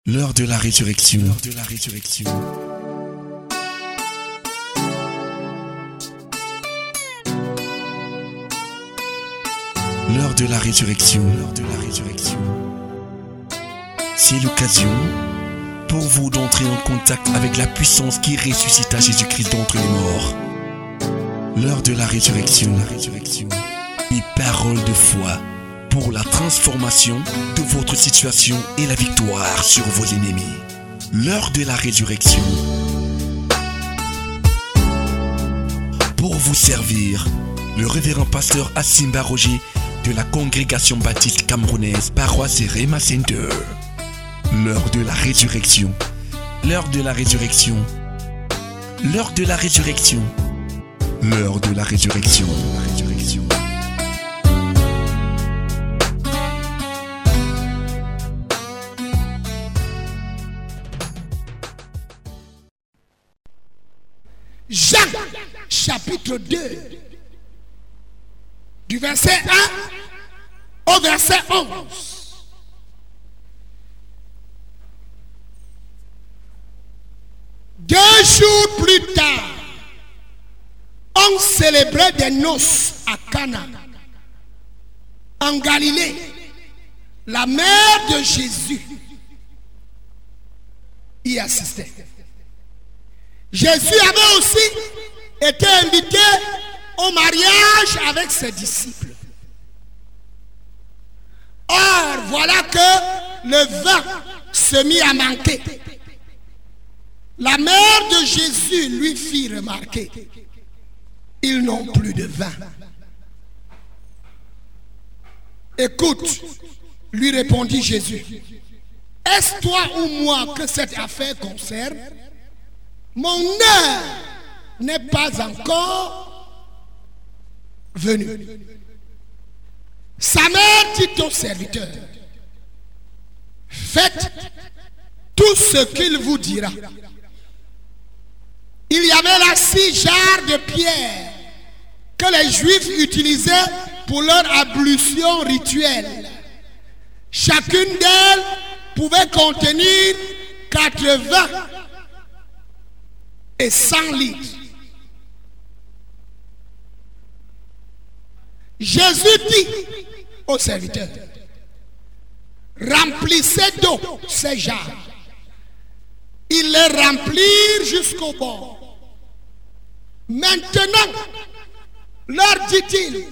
L'heure de la résurrection. L'heure de la résurrection. L'heure de la résurrection. L'heure de la résurrection. C'est l'occasion pour vous d'entrer en contact avec la puissance qui ressuscita Jésus-Christ d'entre les morts. L'heure de la résurrection. La résurrection. Et parole de foi pour la transformation de votre situation et la victoire sur vos ennemis. L'heure de la résurrection. Pour vous servir, le révérend pasteur Asimba Roger de la congrégation baptiste camerounaise Paroisse Rema Center. L'heure de la résurrection. L'heure de la résurrection. L'heure de la résurrection. L'heure de la résurrection. La résurrection. Jean, chapitre 2, du verset 1 au verset 11. Deux jours plus tard, on célébrait des noces à Cana, en Galilée. La mère de Jésus y assistait. Jésus avait aussi été invité au mariage avec ses disciples. Or, voilà que le vin se mit à manquer. La mère de Jésus lui fit remarquer: ils n'ont plus de vin. Écoute, lui répondit Jésus, est-ce toi ou moi que cette affaire concerne? Mon heure n'est pas encore venue. Sa mère dit au serviteur: faites tout ce qu'il vous dira. Il y avait là 6 jarres de pierre que les Juifs utilisaient pour leur ablution rituelle. Chacune d'elles pouvait contenir 80 et 100 litres. Jésus dit au serviteur: remplissez d'eau ces jarres. Ils les remplirent jusqu'au bord. Maintenant, leur dit-il,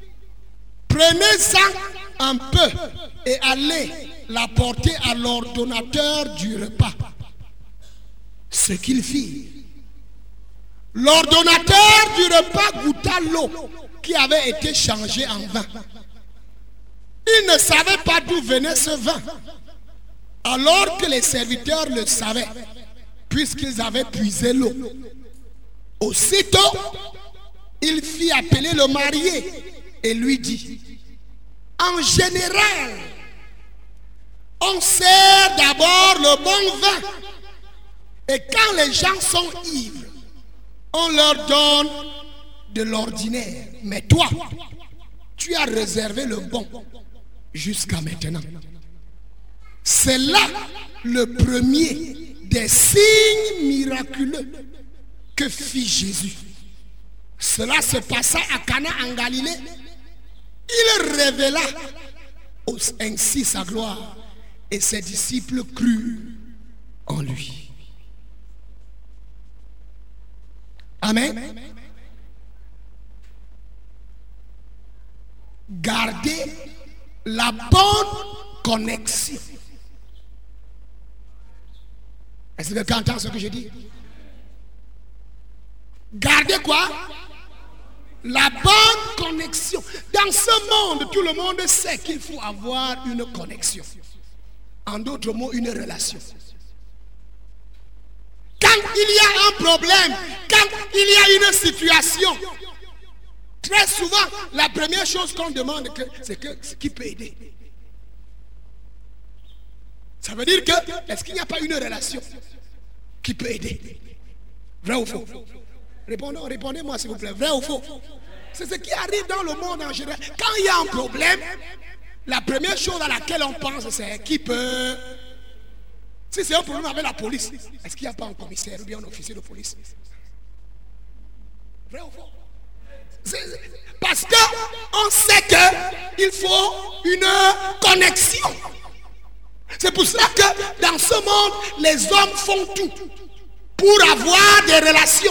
prenez-en un peu et allez l'apporter à l'ordonnateur du repas. Ce qu'ils firent. L'ordonnateur du repas goûta l'eau qui avait été changée en vin. Il ne savait pas d'où venait ce vin, alors que les serviteurs le savaient, puisqu'ils avaient puisé l'eau. Aussitôt, il fit appeler le marié et lui dit: en général, on sert d'abord le bon vin, et quand les gens sont ivres, on leur donne de l'ordinaire. Mais toi, tu as réservé le bon jusqu'à maintenant. C'est là le premier des signes miraculeux que fit Jésus. Cela se passa à Cana en Galilée. Il révéla ainsi sa gloire et ses disciples crurent en lui. Amen. Gardez la bonne connexion. Est-ce que quelqu'un entend ce que je dis? Gardez quoi? La bonne connexion. Dans ce monde, tout le monde sait qu'il faut avoir une connexion. En d'autres mots, une relation. Quand il y a un problème, quand il y a une situation, très souvent, la première chose qu'on demande, c'est qui peut aider. Ça veut dire que, est-ce qu'il n'y a pas une relation qui peut aider? Vrai ou faux? Répondez-moi s'il vous plaît, vrai ou faux? C'est ce qui arrive dans le monde en général. Quand il y a un problème, la première chose à laquelle on pense, c'est qui peut Si c'est un problème avec la police, est-ce qu'il n'y a pas un commissaire ou bien un officier de police? Vrai ou faux? Parce qu'on sait qu'il faut une connexion. C'est pour cela que dans ce monde, les hommes font tout pour avoir des relations.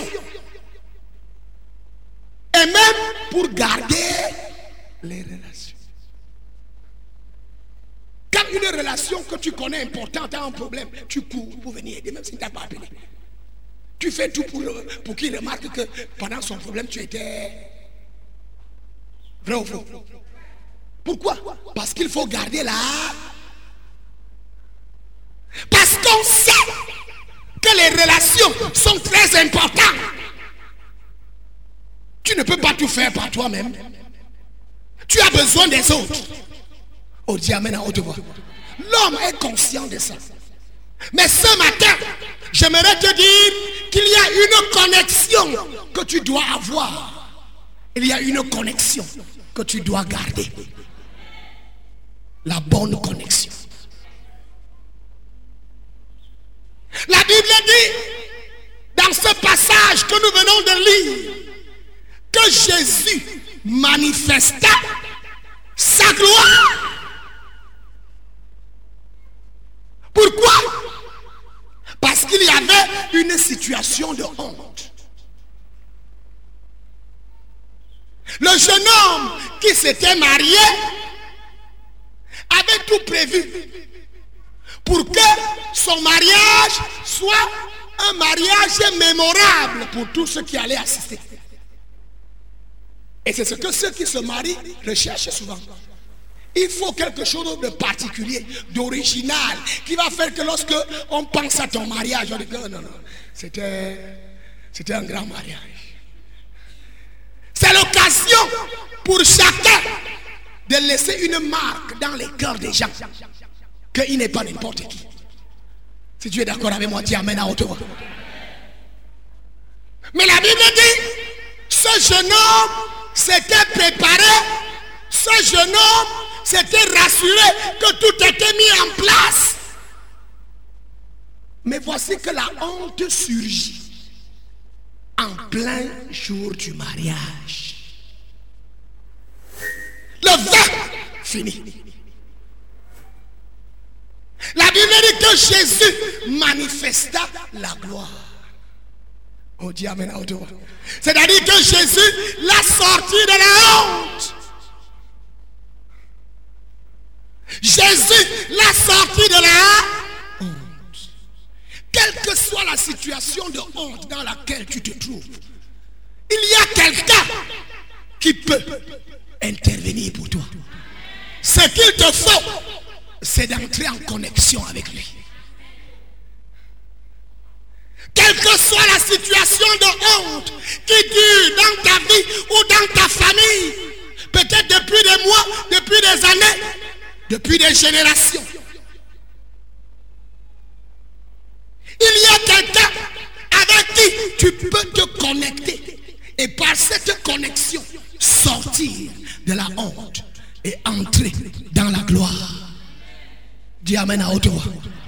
Et même pour garder les relations. Quand une relation que tu connais importante a un problème, tu cours pour venir aider, même si tu n'as pas appelé. Tu fais tout pour qu'il remarque que pendant son problème, tu étais vrai ou faux. Pourquoi? Parce qu'il faut garder là. Parce qu'on sait que les relations sont très importantes. Tu ne peux pas tout faire par toi-même. Tu as besoin des autres. Oh Dieu, amen à haute voix. L'homme est conscient de ça. Mais ce matin, j'aimerais te dire qu'il y a une connexion que tu dois avoir. Il y a une connexion que tu dois garder. La bonne connexion. La Bible dit, dans ce passage que nous venons de lire, que Jésus manifesta sa gloire. Pourquoi? Parce qu'il y avait une situation de honte. Le jeune homme qui s'était marié avait tout prévu pour que son mariage soit un mariage mémorable pour tous ceux qui allaient assister. Et c'est ce que ceux qui se marient recherchent souvent. Il faut quelque chose de particulier, d'original, qui va faire que lorsque on pense à ton mariage, on dit que non, c'était un grand mariage. C'est l'occasion pour chacun de laisser une marque dans les cœurs des gens, qu'il n'est pas n'importe qui. Si tu es d'accord avec moi, dis amen à haute voix. Mais la Bible dit, ce jeune homme s'était préparé, ce jeune homme s'était rassuré que tout était mis en place. Mais voici que la honte surgit en plein jour du mariage. Le vin fini. La Bible dit que Jésus manifesta la gloire. On dit amen à haute voix. C'est-à-dire que Jésus l'a sorti de la honte. Jésus l'a sorti de la honte. Quelle que soit la situation de honte dans laquelle tu te trouves, il y a quelqu'un qui peut intervenir pour toi. Ce qu'il te faut, c'est d'entrer en connexion avec lui. Quelle que soit la situation de honte qui dure dans ta vie ou dans ta famille, peut-être depuis des mois, depuis des années, depuis des générations, il y a quelqu'un avec qui tu peux te connecter et par cette connexion sortir de la honte et entrer dans la gloire. Dis amen à haute voix.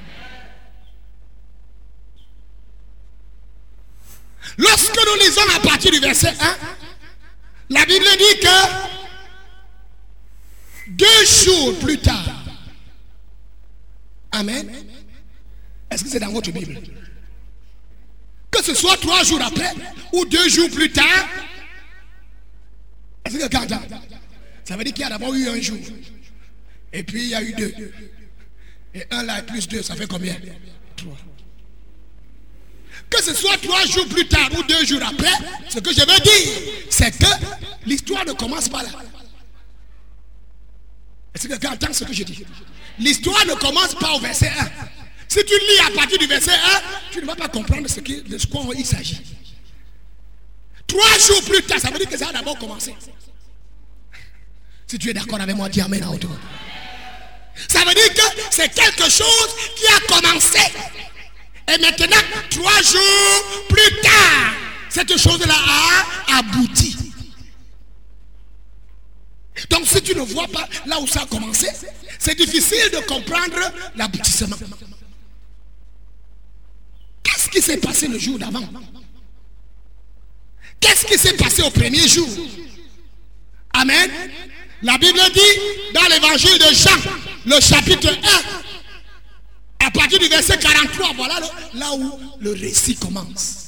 Lorsque nous lisons à partir du verset 1, la Bible dit que 2 jours plus tard, amen. Est-ce que c'est dans votre Bible? Que ce soit 3 jours après ou 2 jours plus tard, est-ce que quand ça veut dire qu'il y a d'abord eu 1 jour et puis il y a eu 2 et 1 là plus 2, ça fait combien? 3. Que ce soit 3 jours plus tard ou 2 jours après, ce que je veux dire, c'est que l'histoire ne commence pas là. Est-ce que tu entends ce que je dis? L'histoire ne commence pas au verset 1. Si tu lis à partir du verset 1, tu ne vas pas comprendre de quoi il s'agit. 3 jours plus tard, ça veut dire que ça a d'abord commencé. Si tu es d'accord avec moi, dis amen à haute voix. Ça veut dire que c'est quelque chose qui a commencé. Et maintenant, 3 jours plus tard, cette chose-là a abouti. Donc si tu ne vois pas là où ça a commencé, c'est difficile de comprendre l'aboutissement. qui s'est passé le jour d'avant? Qu'est-ce qui s'est passé au premier jour? Amen. La Bible dit dans l'évangile de Jean, le chapitre 1, à partir du verset 43, voilà là où le récit commence.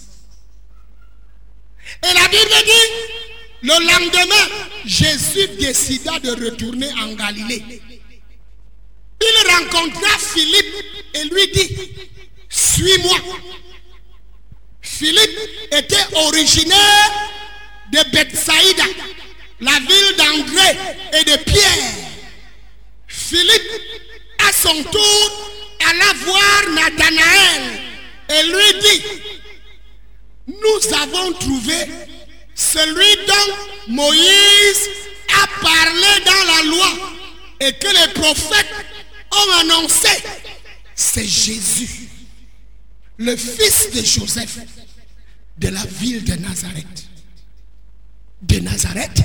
Et la Bible dit, le lendemain, Jésus décida de retourner en Galilée. Il rencontra Philippe et lui dit, suis-moi. Philippe était originaire de Bethsaïda, la ville d'André et de Pierre. Philippe, à son tour, alla voir Nathanaël et lui dit, nous avons trouvé celui dont Moïse a parlé dans la loi et que les prophètes ont annoncé. C'est Jésus, le fils de Joseph, de la ville de Nazareth. De Nazareth?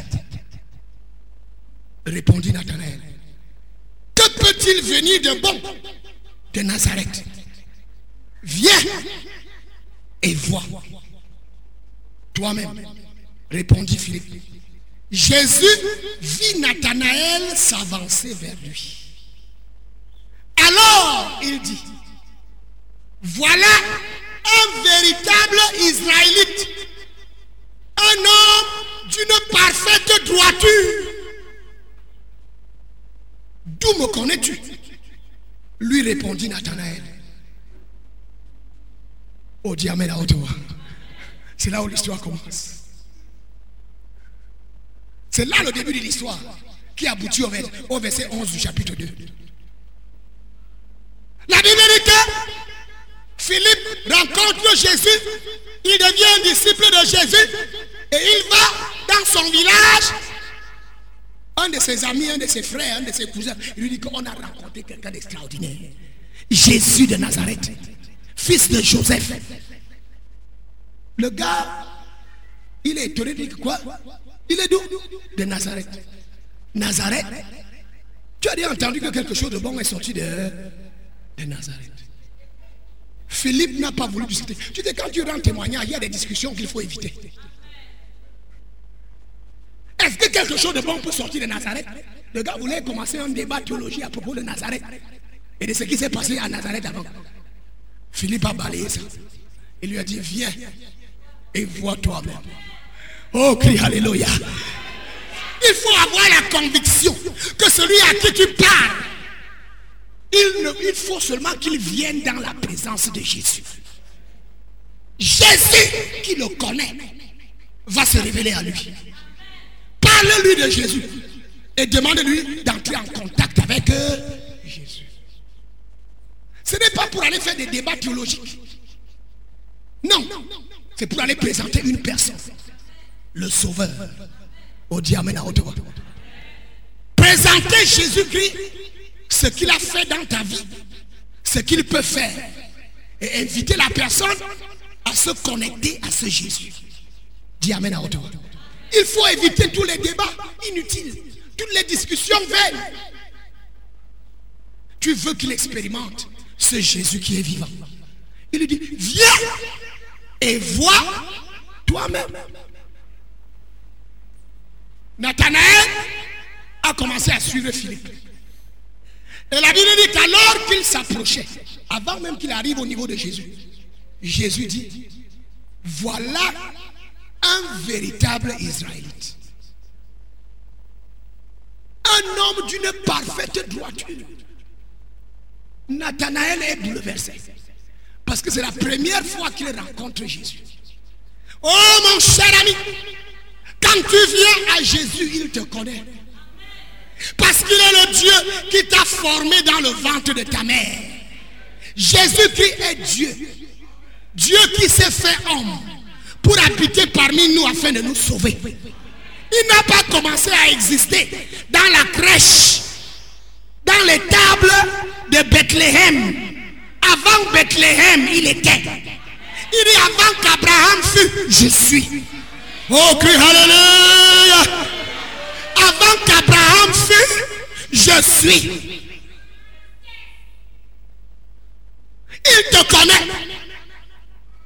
Répondit Nathanaël. Que peut-il venir de bon de Nazareth? Viens et vois toi-même, répondit Philippe. Jésus vit Nathanaël s'avancer vers lui. Alors il dit, voilà un véritable Israélite, un homme d'une parfaite droiture. D'où me connais-tu? Lui répondit Nathanaël. Oh Dieu, amène à Ottawa. C'est là où l'histoire commence. C'est là le début de l'histoire qui aboutit au verset 11 du chapitre 2. La Bible dit que Philippe rencontre Jésus, il devient un disciple de Jésus et il va dans son village. Un de ses amis, un de ses frères, un de ses cousins, il lui dit qu'on a rencontré quelqu'un d'extraordinaire. Jésus de Nazareth, fils de Joseph. Le gars, il est étonné, il dit quoi? Il est d'où? De Nazareth. Nazareth? Tu as déjà entendu que quelque chose de bon est sorti de Nazareth. Philippe n'a pas voulu discuter. Tu sais, quand tu rends témoignage, il y a des discussions qu'il faut éviter. Est-ce que quelque chose de bon peut sortir de Nazareth? Le gars voulait commencer un débat théologique à propos de Nazareth et de ce qui s'est passé à Nazareth avant. Philippe a balayé ça. Il lui a dit, viens et vois toi-même. Oh, crie alléluia. Il faut avoir la conviction que celui à qui tu parles, il faut seulement qu'il vienne dans la présence de Jésus. Jésus qui le connaît va se révéler à lui. Parle-lui de Jésus et demande-lui d'entrer en contact avec Jésus. Ce n'est pas pour aller faire des débats théologiques. Non, c'est pour aller présenter une personne, le Sauveur. Au diamène à Ottawa. Présenter Jésus-Christ, ce qu'il a fait dans ta vie, ce qu'il peut faire, et inviter la personne à se connecter à ce Jésus. Diamène à Ottawa. Il faut éviter tous les débats inutiles, toutes les discussions vaines. Tu veux qu'il expérimente ce Jésus qui est vivant. Il lui dit, viens et vois toi-même. Nathanaël a commencé à suivre Philippe. Et la Bible dit qu'alors qu'il s'approchait, avant même qu'il arrive au niveau de Jésus, Jésus dit, voilà un véritable Israélite. Un homme d'une parfaite droiture. Nathanaël est bouleversé. Parce que c'est la première fois qu'il rencontre Jésus. Oh mon cher ami, quand tu viens à Jésus, il te connaît. Parce qu'il est le Dieu qui t'a formé dans le ventre de ta mère. Jésus-Christ est Dieu. Dieu qui s'est fait homme pour habiter parmi nous afin de nous sauver. Il n'a pas commencé à exister dans la crèche, dans les tables de Bethléem. Avant Bethléem, il était. Il dit avant qu'Abraham fût, je suis. Oh, crie alléluia. Avant qu'Abraham fût, je suis. Il te connaît.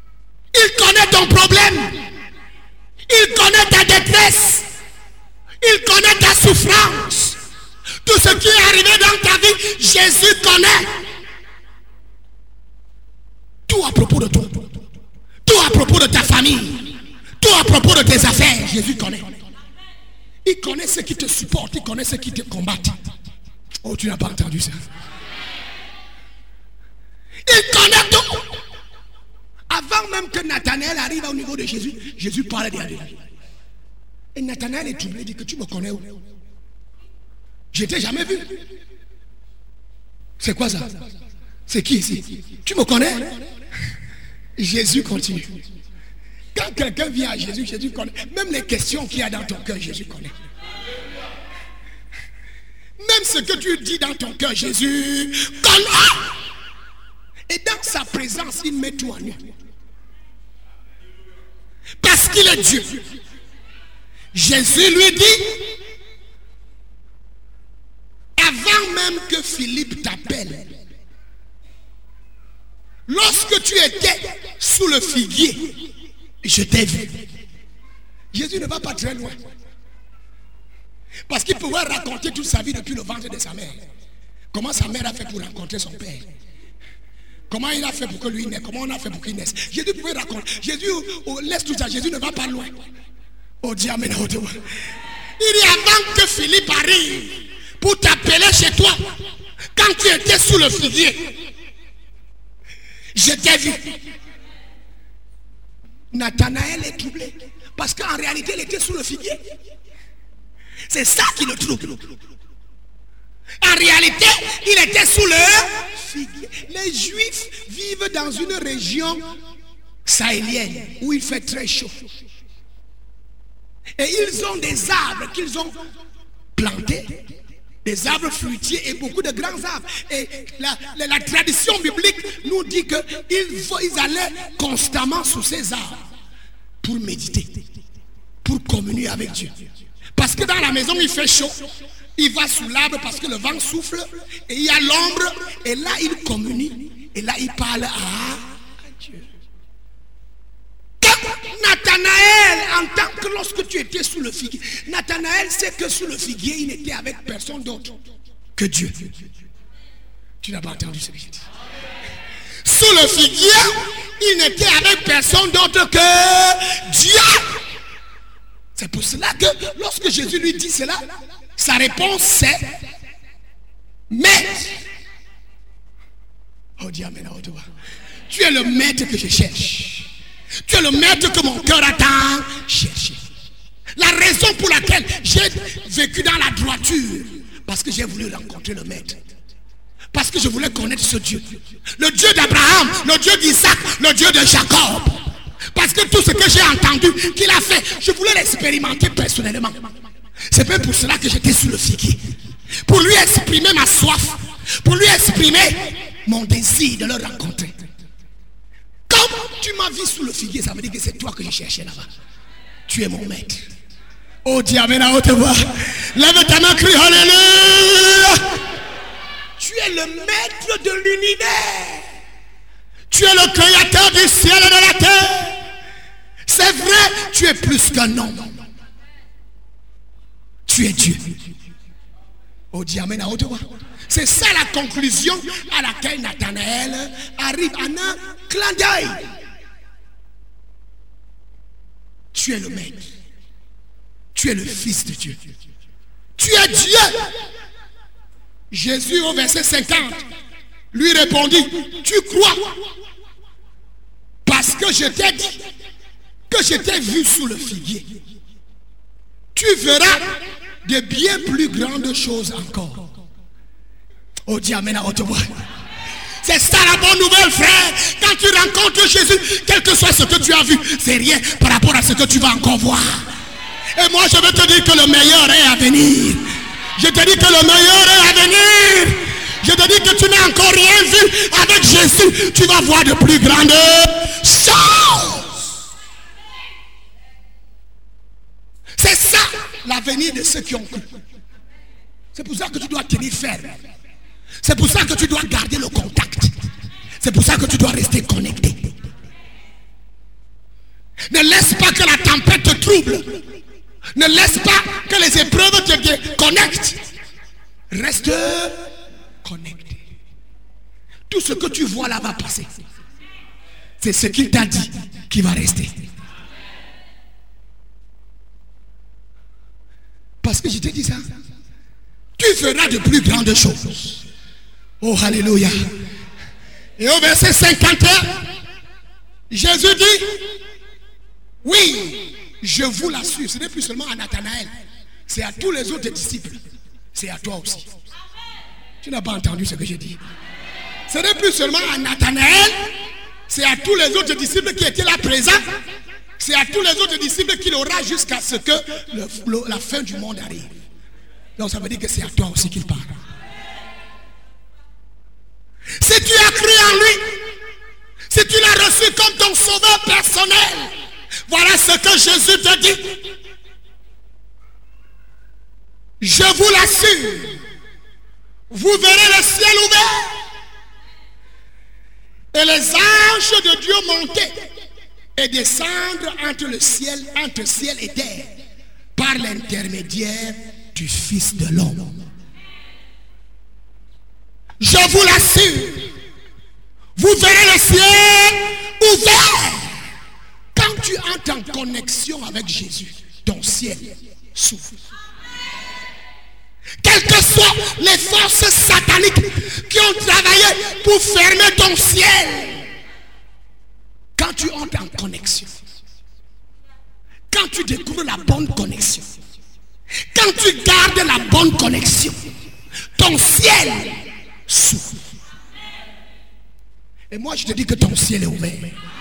tout à propos de toi. Tout à propos de ta famille. Tout à propos de tes affaires. Jésus connaît. Il connaît ceux qui te supportent. Il connaît ceux qui te combattent. Oh, tu n'as pas entendu ça. Il connaît tout. Avant même que Nathanaël arrive au niveau de Jésus, Jésus parlait déjà de lui. Et Nathanaël est troublé, il dit que tu me connais où? Je t'ai jamais vu. C'est quoi ça? C'est qui ici? Tu me connais? Jésus continue. Quand quelqu'un vient à Jésus, Jésus connaît. Même les questions qu'il y a dans ton cœur, Jésus connaît. Même ce que tu dis dans ton cœur, Jésus connaît. Et dans sa présence, il met tout en nu. Parce qu'il est Dieu. Jésus lui dit, avant même que Philippe t'appelle, lorsque tu étais sous le figuier, je t'ai vu. Jésus ne va pas très loin. Parce qu'il pouvait raconter toute sa vie depuis le ventre de sa mère. Comment sa mère a fait pour rencontrer son père. Comment il a fait pour que lui naisse. Comment on a fait pour qu'il naisse. Jésus pouvait raconter. Jésus laisse tout ça. Jésus ne va pas loin. Oh diable. Il dit avant que Philippe arrive pour t'appeler chez toi, quand tu étais sous le figuier, je t'ai vu. Nathanaël est troublé. Parce qu'en réalité, il était sous le figuier. C'est ça qui le trouble. En réalité, il était sous le figuier. Les Juifs vivent dans une région sahélienne où il fait très chaud. Et ils ont des arbres qu'ils ont plantés, des arbres fruitiers et beaucoup de grands arbres. Et la tradition biblique nous dit qu'ils allaient constamment sous ces arbres pour méditer, pour communier avec Dieu. Parce que dans la maison il fait chaud, il va sous l'arbre parce que le vent souffle et il y a l'ombre et là il communie et là il parle à Dieu. Nathanaël entend que lorsque tu étais sous le figuier, Nathanaël sait que sous le figuier il n'était avec personne d'autre que Dieu. Tu n'as pas entendu ce que j'ai dit. Sous le figuier il n'était avec personne d'autre que Dieu. C'est pour cela que lorsque Jésus lui dit cela, sa réponse c'est Maître. Oh Dieu, tu es le maître que je cherche. Tu es le maître que mon cœur attend chercher. La raison pour laquelle j'ai vécu dans la droiture, parce que j'ai voulu rencontrer le maître. Parce que je voulais connaître ce Dieu. Le Dieu d'Abraham, le Dieu d'Isaac, le Dieu de Jacob. Parce que tout ce que j'ai entendu qu'il a fait, je voulais l'expérimenter personnellement. C'est même pour cela que j'étais sous le figuier. Pour lui exprimer ma soif. Pour lui exprimer mon désir de le rencontrer. Comme tu m'as vu sous le figuier, ça veut dire que c'est toi que je cherchais là-bas. Tu es mon maître. Oh Dieu, amène à haute voix. Lève ta main, crie alléluia. Tu es le maître de l'univers. Tu es le créateur du ciel et de la terre. C'est vrai, tu es plus qu'un homme. Tu es Dieu. Oh Dieu, amène à haute voix. C'est ça la conclusion à laquelle Nathanaël arrive en un clin d'œil. Tu es le maître. Tu es le fils de Dieu. Tu es Dieu. Jésus au verset 50 lui répondit, tu crois parce que je t'ai dit que je t'ai vu sous le figuier. Tu verras de bien plus grandes choses encore. Oh Dieu, amène à haute voix. C'est ça la bonne nouvelle, frère. Quand tu rencontres Jésus, quel que soit ce que tu as vu, c'est rien par rapport à ce que tu vas encore voir. Et moi je vais te dire que le meilleur est à venir. Je te dis que le meilleur est à venir. Je te dis que tu n'as encore rien vu. Avec Jésus, tu vas voir de plus grandes choses. C'est ça l'avenir de ceux qui ont cru. C'est pour ça que tu dois tenir ferme. C'est pour ça que tu dois garder le contact. C'est pour ça que tu dois rester connecté. Ne laisse pas que la tempête te trouble. Ne laisse pas que les épreuves te déconnectent. Reste connecté. Tout ce que tu vois là va passer. c'est ce qu'il t'a dit qui va rester. Parce que je te dis ça, tu feras de plus grandes choses. Oh, alléluia. Et au verset 51, Jésus dit, oui, je vous l'assure, ce n'est plus seulement à Nathanaël, c'est à tous les autres disciples, c'est à toi aussi. Tu n'as pas entendu ce que j'ai dit. Ce n'est plus seulement à Nathanaël, c'est à tous les autres disciples qui étaient là présents, c'est à tous les autres disciples qu'il aura jusqu'à ce que la fin du monde arrive. Donc ça veut dire que c'est à toi aussi qu'il parle. Si tu as cru en lui, si tu l'as reçu comme ton sauveur personnel, voilà ce que Jésus te dit. Je vous l'assure, vous verrez le ciel ouvert et les anges de Dieu monter et descendre entre ciel et terre par l'intermédiaire du Fils de l'homme. Je vous l'assure, vous verrez le ciel ouvert. Quand tu entres en connexion avec Jésus, ton ciel s'ouvre. Quelles que soient les forces sataniques qui ont travaillé pour fermer ton ciel, quand tu entres en connexion, quand tu découvres la bonne connexion, quand tu gardes la bonne connexion, ton ciel s'ouvre. Et moi je te dis que ton ciel est ouvert.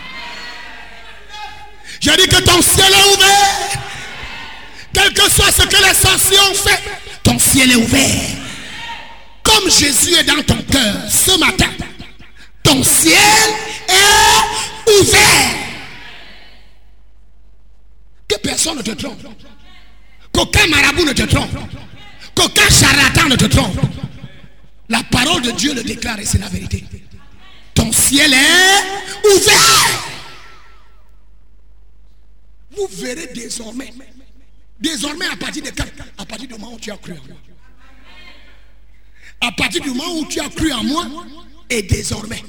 Je dis que ton ciel est ouvert. Quel que soit ce que les sorciers ont fait, ton ciel est ouvert. Comme Jésus est dans ton cœur ce matin, ton ciel est ouvert. Que personne ne te trompe. Qu'aucun marabout ne te trompe. Qu'aucun charlatan ne te trompe. La parole de Dieu le déclare et c'est la vérité. Ton ciel est ouvert. Vous verrez désormais. Désormais à partir de quand? À partir du moment où tu as cru en moi. À partir du moment où tu as cru en moi, et désormais,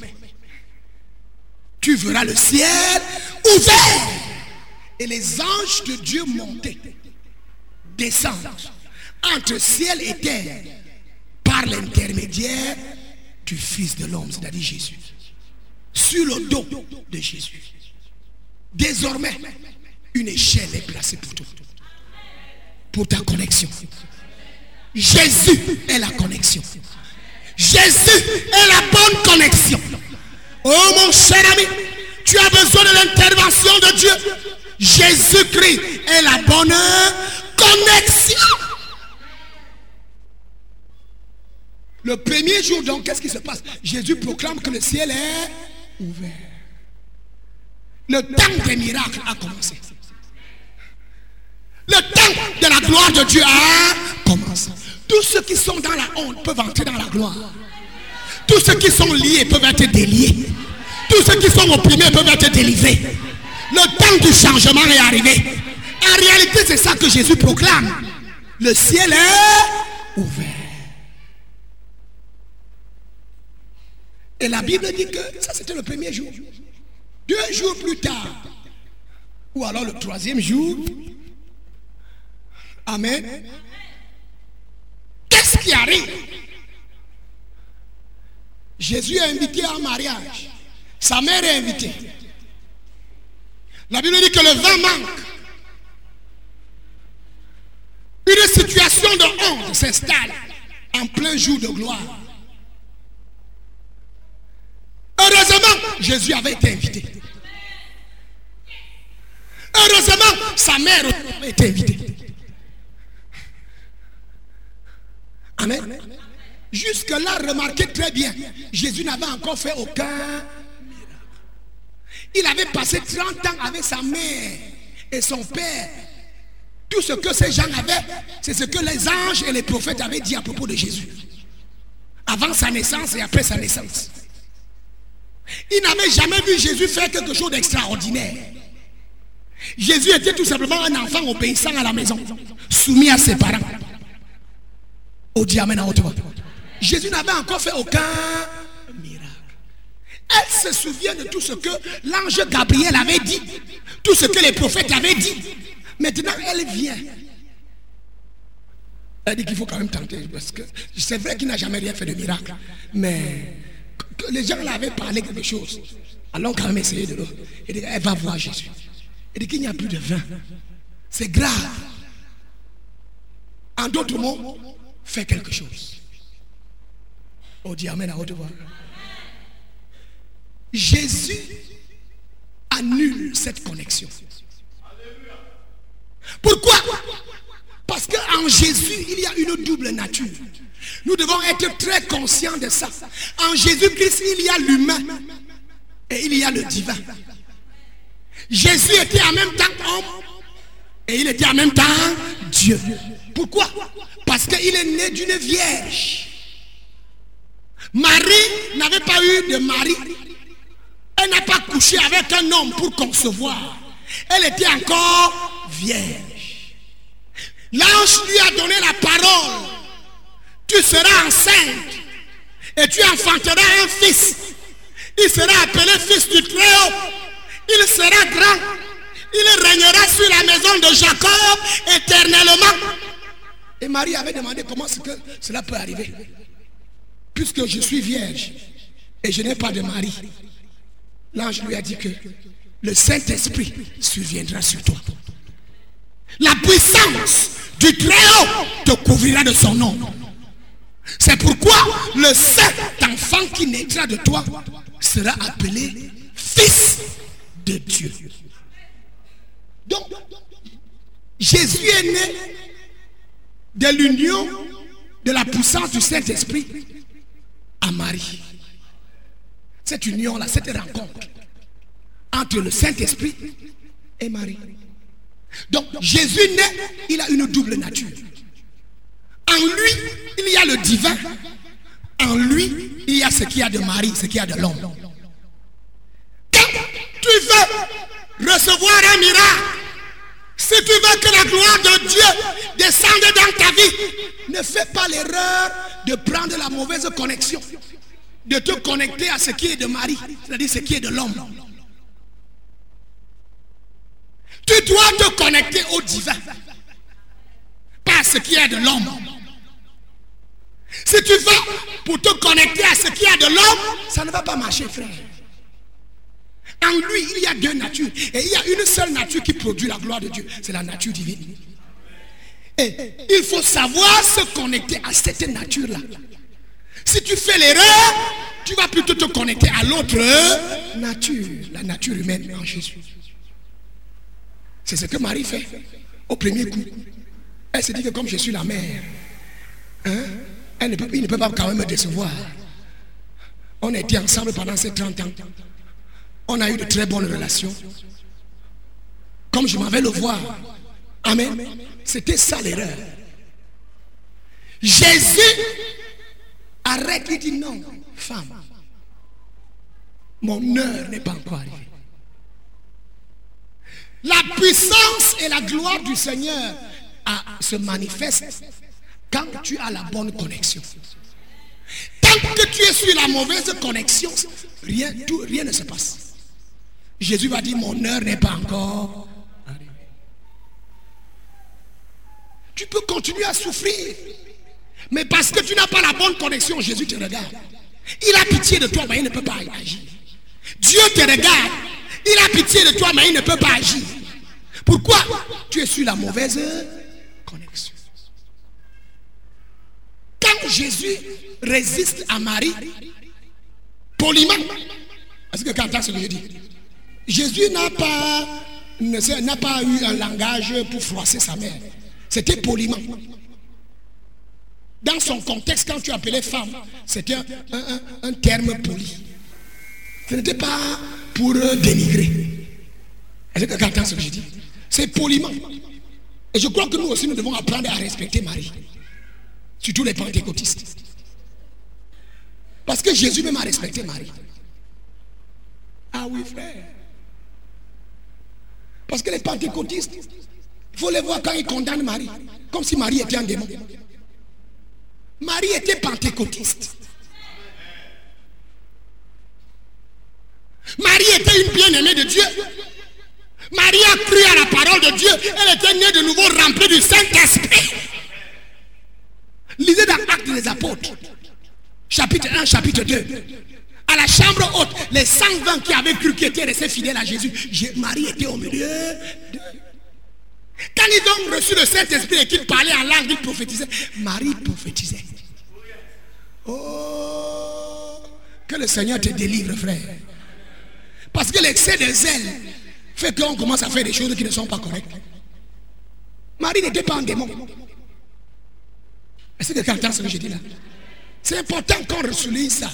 tu verras le ciel ouvert. Et les anges de Dieu monter, descendre entre ciel et terre par l'intermédiaire du Fils de l'homme, c'est-à-dire Jésus. Sur le dos de Jésus. Désormais, une échelle est placée pour toi. Pour ta connexion. Jésus est la connexion. Jésus est la bonne connexion. Oh mon cher ami, tu as besoin de l'intervention de Dieu. Jésus-Christ est la bonne connexion. Le premier jour donc, qu'est-ce qui se passe? Jésus proclame que le ciel est ouvert. Le temps des miracles a commencé. Le temps de la gloire de Dieu a commencé. Tous ceux qui sont dans la honte peuvent entrer dans la gloire. Tous ceux qui sont liés peuvent être déliés. Tous ceux qui sont opprimés peuvent être délivrés. Le temps du changement est arrivé. En réalité, c'est ça que Jésus proclame. Le ciel est ouvert. Et la Bible dit que ça c'était le premier jour. 2 jours plus tard, ou alors le 3e jour, amen. Qu'est-ce qui arrive? Jésus est invité à un mariage. Sa mère est invitée. La Bible dit que le vin manque. Une situation de honte s'installe en plein jour de gloire. Heureusement, Jésus avait été invité. Heureusement, sa mère avait été invitée. Amen. Jusque-là, remarquez très bien, Jésus n'avait encore fait aucun miracle. Il avait passé 30 ans avec sa mère et son père. Tout ce que ces gens avaient, c'est ce que les anges et les prophètes avaient dit à propos de Jésus. Avant sa naissance et après sa naissance. Ils n'avaient jamais vu Jésus faire quelque chose d'extraordinaire. Jésus était tout simplement un enfant obéissant à la maison, soumis à ses parents. Au diamètre à haute voix. Jésus n'avait encore fait aucun miracle. Elle se souvient de tout ce que l'ange Gabriel avait dit, tout ce que les prophètes avaient dit. Maintenant, elle vient. Elle dit qu'il faut quand même tenter, parce que c'est vrai qu'il n'a jamais rien fait de miracle, mais les gens l'avaient parlé quelque chose. Allons quand même essayer de l'autre. Elle va voir Jésus. Elle dit qu'il n'y a plus de vin. C'est grave. En d'autres mots, fais quelque chose. On dit amen à haute voix. Jésus annule cette connexion. Pourquoi? Parce qu'en Jésus, il y a une double nature. Nous devons être très conscients de ça. En Jésus-Christ, il y a l'humain et il y a le divin. Jésus était en même temps homme et il était en même temps Dieu. Pourquoi? Parce qu'il est né d'une vierge. Marie n'avait pas eu de mari. Elle n'a pas couché avec un homme pour concevoir. Elle était encore vierge. L'ange lui a donné la parole. Tu seras enceinte et tu enfanteras un fils. Il sera appelé fils du Très-Haut. Il sera grand. Il régnera sur la maison de Jacob éternellement. Et Marie avait demandé comment est-ce que cela peut arriver. Puisque je suis vierge et je n'ai pas de mari. L'ange lui a dit que le Saint-Esprit surviendra sur toi. La puissance du Très-Haut te couvrira de son nom. C'est pourquoi le saint enfant qui naîtra de toi sera appelé fils de Dieu. Donc, Jésus est né de l'union de la puissance du Saint-Esprit à Marie. Cette union-là, cette rencontre entre le Saint-Esprit et Marie. Donc, Jésus naît, il a une double nature. En lui, il y a le divin. En lui, il y a ce qu'il y a de Marie, ce qu'il y a de l'homme. Quand tu veux recevoir un miracle, si tu veux que la gloire de Dieu descende dans ta vie, ne fais pas l'erreur de prendre la mauvaise connexion, de te connecter à ce qui est de Marie, c'est-à-dire ce qui est de l'homme. Tu dois te connecter au divin, pas à ce qui est de l'homme. Si tu vas pour te connecter à ce qui est de l'homme, ça ne va pas marcher, frère. En lui, il y a deux natures. Et il y a une seule nature qui produit la gloire de Dieu. C'est la nature divine. Et il faut savoir se connecter à cette nature-là. Si tu fais l'erreur, tu vas plutôt te connecter à l'autre nature. La nature humaine en Jésus. C'est ce que Marie fait au premier coup. Elle se dit que comme je suis la mère, il ne peut pas quand même me décevoir. On a été ensemble pendant ces 30 ans. On a eu de très bonnes relations. Comme je m'en vais le voir. Amen. C'était ça l'erreur. Jésus arrête, il dit non, femme. Mon heure n'est pas encore arrivée. La puissance et la gloire du Seigneur se manifestent quand tu as la bonne connexion. Tant que tu es sur la mauvaise connexion, rien ne se passe. Jésus va dire, mon heure n'est pas encore arrivée. Tu peux continuer à souffrir, mais parce que tu n'as pas la bonne connexion, Jésus te regarde. Il a pitié de toi, mais il ne peut pas agir. Dieu te regarde, il a pitié de toi, mais il ne peut pas agir. Pourquoi? Tu es sur la mauvaise connexion. Quand Jésus résiste à Marie, poliment, est-ce que quand tu as ce que je dis? Jésus n'a pas eu un langage pour froisser sa mère. C'était poliment. Dans son contexte, quand tu appelais femme, c'était un terme poli. Ce n'était pas pour dénigrer. Est-ce que quand tu as ce que je dis? C'est poliment. Et je crois que nous aussi, nous devons apprendre à respecter Marie. Surtout les pentecôtistes. Parce que Jésus même a respecté Marie. Ah oui, frère. Parce que les pentecôtistes, il faut les voir quand ils condamnent Marie. Comme si Marie était un démon. Marie était pentecôtiste. était une bien-aimée de Dieu. Marie a cru à la parole de Dieu. Elle était née de nouveau remplie du Saint-Esprit. Lisez dans Actes des Apôtres, chapitre 1, chapitre 2. À la chambre haute, les 120 qui avaient cru, qui étaient restés fidèles à Jésus, Marie était au milieu d'eux. Quand ils ont reçu le Saint-Esprit et qu'ils parlaient en langue, ils prophétisaient. Marie prophétisait. Oh, que le Seigneur te délivre, frère. Parce que l'excès de zèle fait qu'on commence à faire des choses qui ne sont pas correctes. Marie n'était pas un démon. Est-ce que quelqu'un entend ce que je dis là? C'est important qu'on ressouligne ça.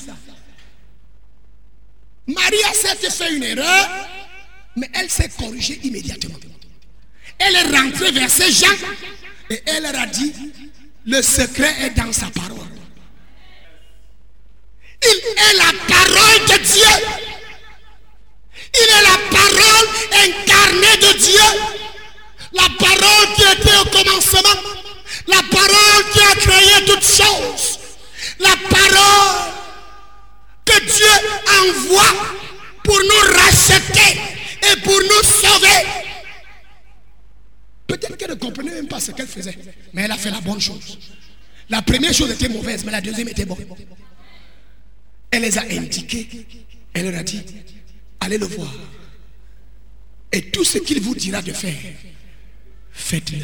Marie a certes fait une erreur, mais elle s'est corrigée immédiatement. Elle est rentrée vers ces gens et elle leur a dit, le secret est dans sa parole. Il est la parole de Dieu. Il est la parole incarnée de Dieu. La parole qui était au commencement. La parole qui a créé toutes choses. La parole que Dieu envoie pour nous racheter et pour nous sauver. Peut-être qu'elle ne comprenait même pas ce qu'elle faisait, mais elle a fait la bonne chose. La première chose était mauvaise, mais la deuxième était bonne. Elle les a indiqués. Elle leur a dit, allez le voir. Et tout ce qu'il vous dira de faire, faites-le.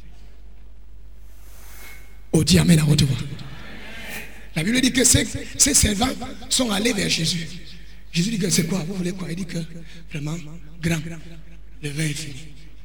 Oh, dis amen à haute voix. La Bible dit que ces servants sont allés vers Jésus. Jésus dit que c'est quoi? Vous voulez quoi? Il dit que vraiment, grand, le vin est fini.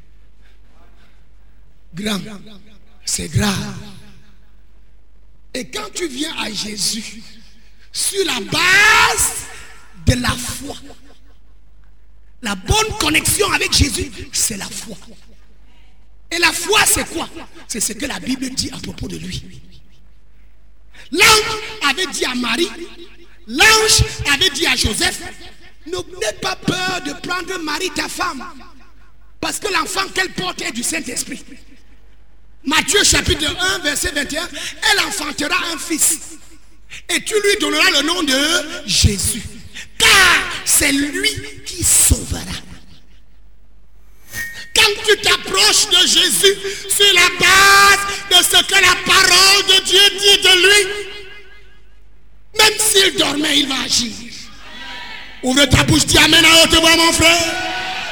Grand, c'est grave. Et quand tu viens à Jésus, sur la base de la foi, la bonne connexion avec Jésus, c'est la foi. Et la foi, c'est quoi? C'est ce que la Bible dit à propos de lui. L'ange avait dit à Marie, l'ange avait dit à Joseph, n'aie pas peur de prendre Marie ta femme, parce que l'enfant qu'elle porte est du Saint-Esprit. Matthieu chapitre 1 verset 21, elle enfantera un fils et tu lui donneras le nom de Jésus, car c'est lui qui sauvera. Quand tu t'approches de Jésus sur la base de ce que la parole de Dieu dit de lui, même s'il dormait, il va agir. Ouvre ta bouche, dis amen à haute voix, mon frère.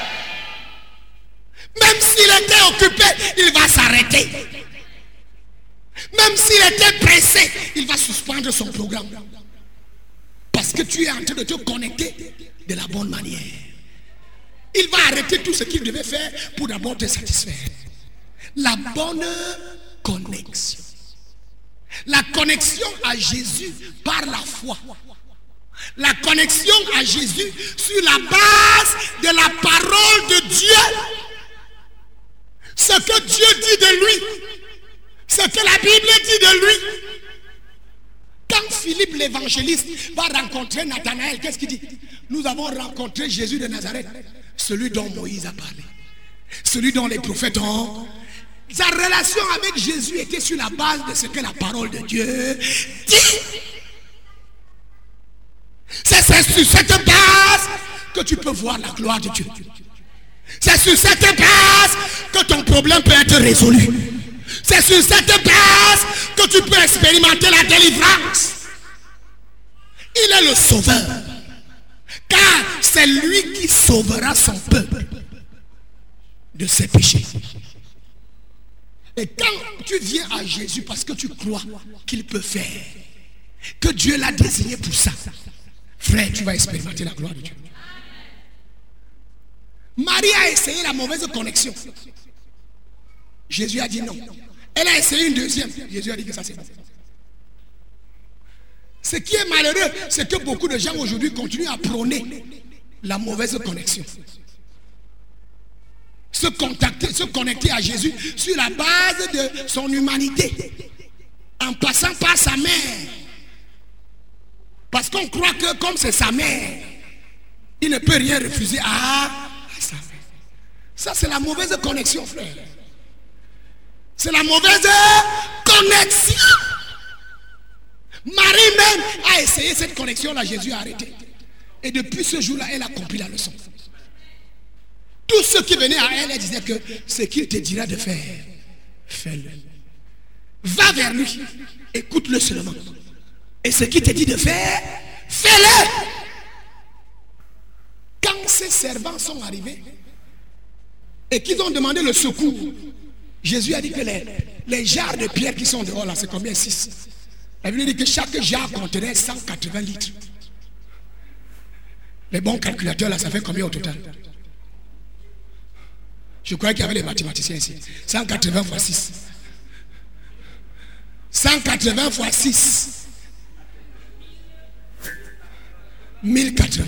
Même s'il était occupé, il va s'arrêter. Même s'il était pressé, il va suspendre son programme. Parce que tu es en train de te connecter de la bonne manière. Il va arrêter tout ce qu'il devait faire pour d'abord te satisfaire. La bonne connexion. La connexion à Jésus par la foi. La connexion à Jésus sur la base de la parole de Dieu. Ce que Dieu dit de lui. Ce que la Bible dit de lui. Quand Philippe l'évangéliste va rencontrer Nathanaël, qu'est-ce qu'il dit? Nous avons rencontré Jésus de Nazareth. Celui dont Moïse a parlé. Celui dont les prophètes ont. Sa relation avec Jésus était sur la base de ce que la parole de Dieu dit. C'est sur cette base que tu peux voir la gloire de Dieu. C'est sur cette base que ton problème peut être résolu. C'est sur cette base que tu peux expérimenter la délivrance. Il est le sauveur. Car c'est lui qui sauvera son peuple de ses péchés. Et quand tu viens à Jésus parce que tu crois qu'il peut faire, que Dieu l'a désigné pour ça, frère, tu vas expérimenter la gloire de Dieu. Marie a essayé la mauvaise connexion. Jésus a dit non. Elle a essayé une deuxième. Jésus a dit que ça c'est bon. Ce qui est malheureux, c'est que beaucoup de gens aujourd'hui continuent à prôner la mauvaise connexion. Se connecter à Jésus sur la base de son humanité, en passant par sa mère. Parce qu'on croit que comme c'est sa mère, il ne peut rien refuser à sa mère. Ça c'est la mauvaise connexion, frère. C'est la mauvaise connexion. Marie même a essayé cette connexion-là, Jésus a arrêté. Et depuis ce jour-là, elle a compris la leçon. Tous ceux qui venaient à elle, elle disait que ce qu'il te dira de faire, fais-le. Va vers lui, écoute-le seulement. Et ce qu'il te dit de faire, fais-le. Quand ces servants sont arrivés et qu'ils ont demandé le secours, Jésus a dit que les jarres de pierre qui sont dehors là, c'est combien? 6. La Bible dit que chaque jarre contenait 180 litres. Les bons calculateurs là, ça fait combien au total? Je crois qu'il y avait les mathématiciens ici. 180 fois 6. 180 fois 6. 1080.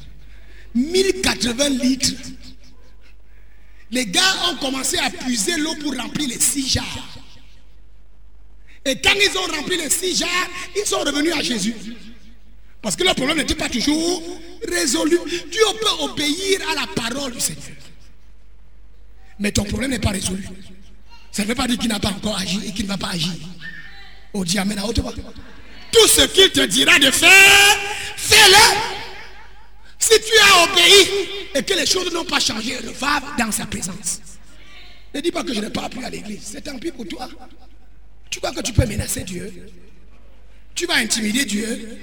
1080 litres. Les gars ont commencé à puiser l'eau pour remplir les 6 jarres. Et quand ils ont rempli les 6 jarres, ils sont revenus à Jésus. Parce que le problème n'était pas toujours résolu. Tu peux obéir à la parole du Seigneur. Mais ton problème n'est pas résolu. Ça ne veut pas dire qu'il n'a pas encore agi et qu'il ne va pas agir. Oh Dieu, amen à haute voix. Tout ce qu'il te dira de faire, fais-le. Si tu as obéi et que les choses n'ont pas changé, va dans sa présence. Ne dis pas que je n'ai pas appris à l'église. C'est tant pis pour toi. Tu crois que tu peux menacer Dieu? Tu vas intimider Dieu?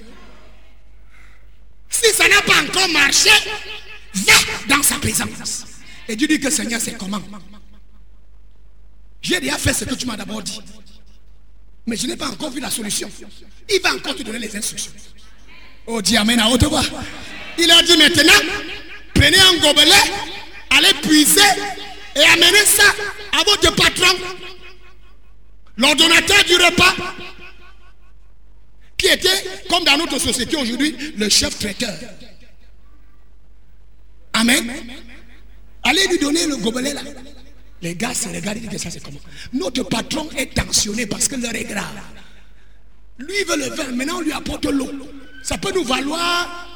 Si ça n'a pas encore marché, va dans sa présence. Et Dieu dit que Seigneur, c'est comment? J'ai déjà fait ce que tu m'as d'abord dit. Mais je n'ai pas encore vu la solution. Il va encore te donner les instructions. Oh Dieu, amen à haute voix. Il a dit maintenant, prenez un gobelet, allez puiser et amenez ça à votre patron, l'ordonnateur du repas, qui était, comme dans notre société aujourd'hui, le chef traiteur. Amen. Allez lui donner le gobelet là. Les gars se regardent et disent que ça c'est comment. Notre patron est tensionné parce que l'heure est grave. Lui il veut le vin, maintenant on lui apporte l'eau. Ça peut nous valoir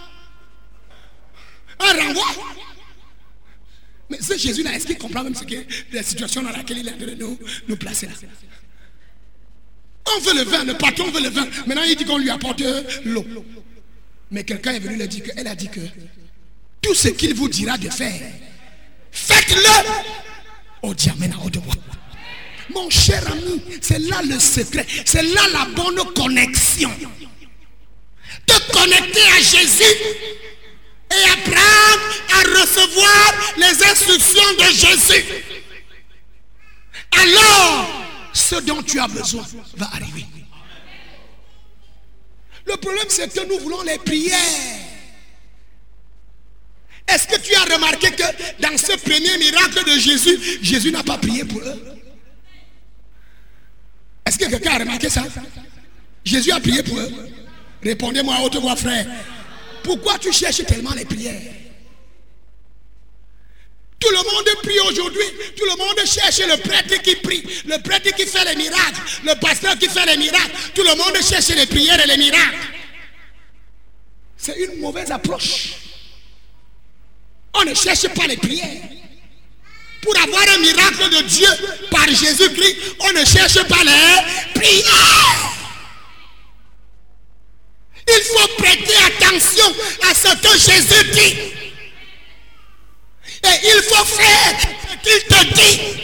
un renvoi. Mais ce Jésus-là, est-ce qu'il comprend même ce que la situation dans laquelle il est en train de nous placer là? On veut le vin, le patron veut le vin. Maintenant il dit qu'on lui apporte l'eau. Mais quelqu'un est venu lui dire qu'elle a dit que tout ce qu'il vous dira de faire, faites-le. Oh Dieu, amen à haute voix. Mon cher ami, c'est là le secret. C'est là la bonne connexion. Te connecter à Jésus et apprendre à recevoir les instructions de Jésus. Alors, ce dont tu as besoin va arriver. Le problème, c'est que nous voulons les prières. Est-ce que tu as remarqué que dans ce premier miracle de Jésus, Jésus n'a pas prié pour eux? Est-ce que quelqu'un a remarqué ça? Jésus a prié pour eux. Répondez-moi à haute voix, frère. Pourquoi tu cherches tellement les prières? Tout le monde prie aujourd'hui. Tout le monde cherche le prêtre qui prie, le prêtre qui fait les miracles, le pasteur qui fait les miracles. Tout le monde cherche les prières et les miracles. C'est une mauvaise approche. On ne cherche pas les prières. Pour avoir un miracle de Dieu par Jésus-Christ, on ne cherche pas les prières. Il faut prêter attention à ce que Jésus dit. Et il faut faire ce qu'il te dit.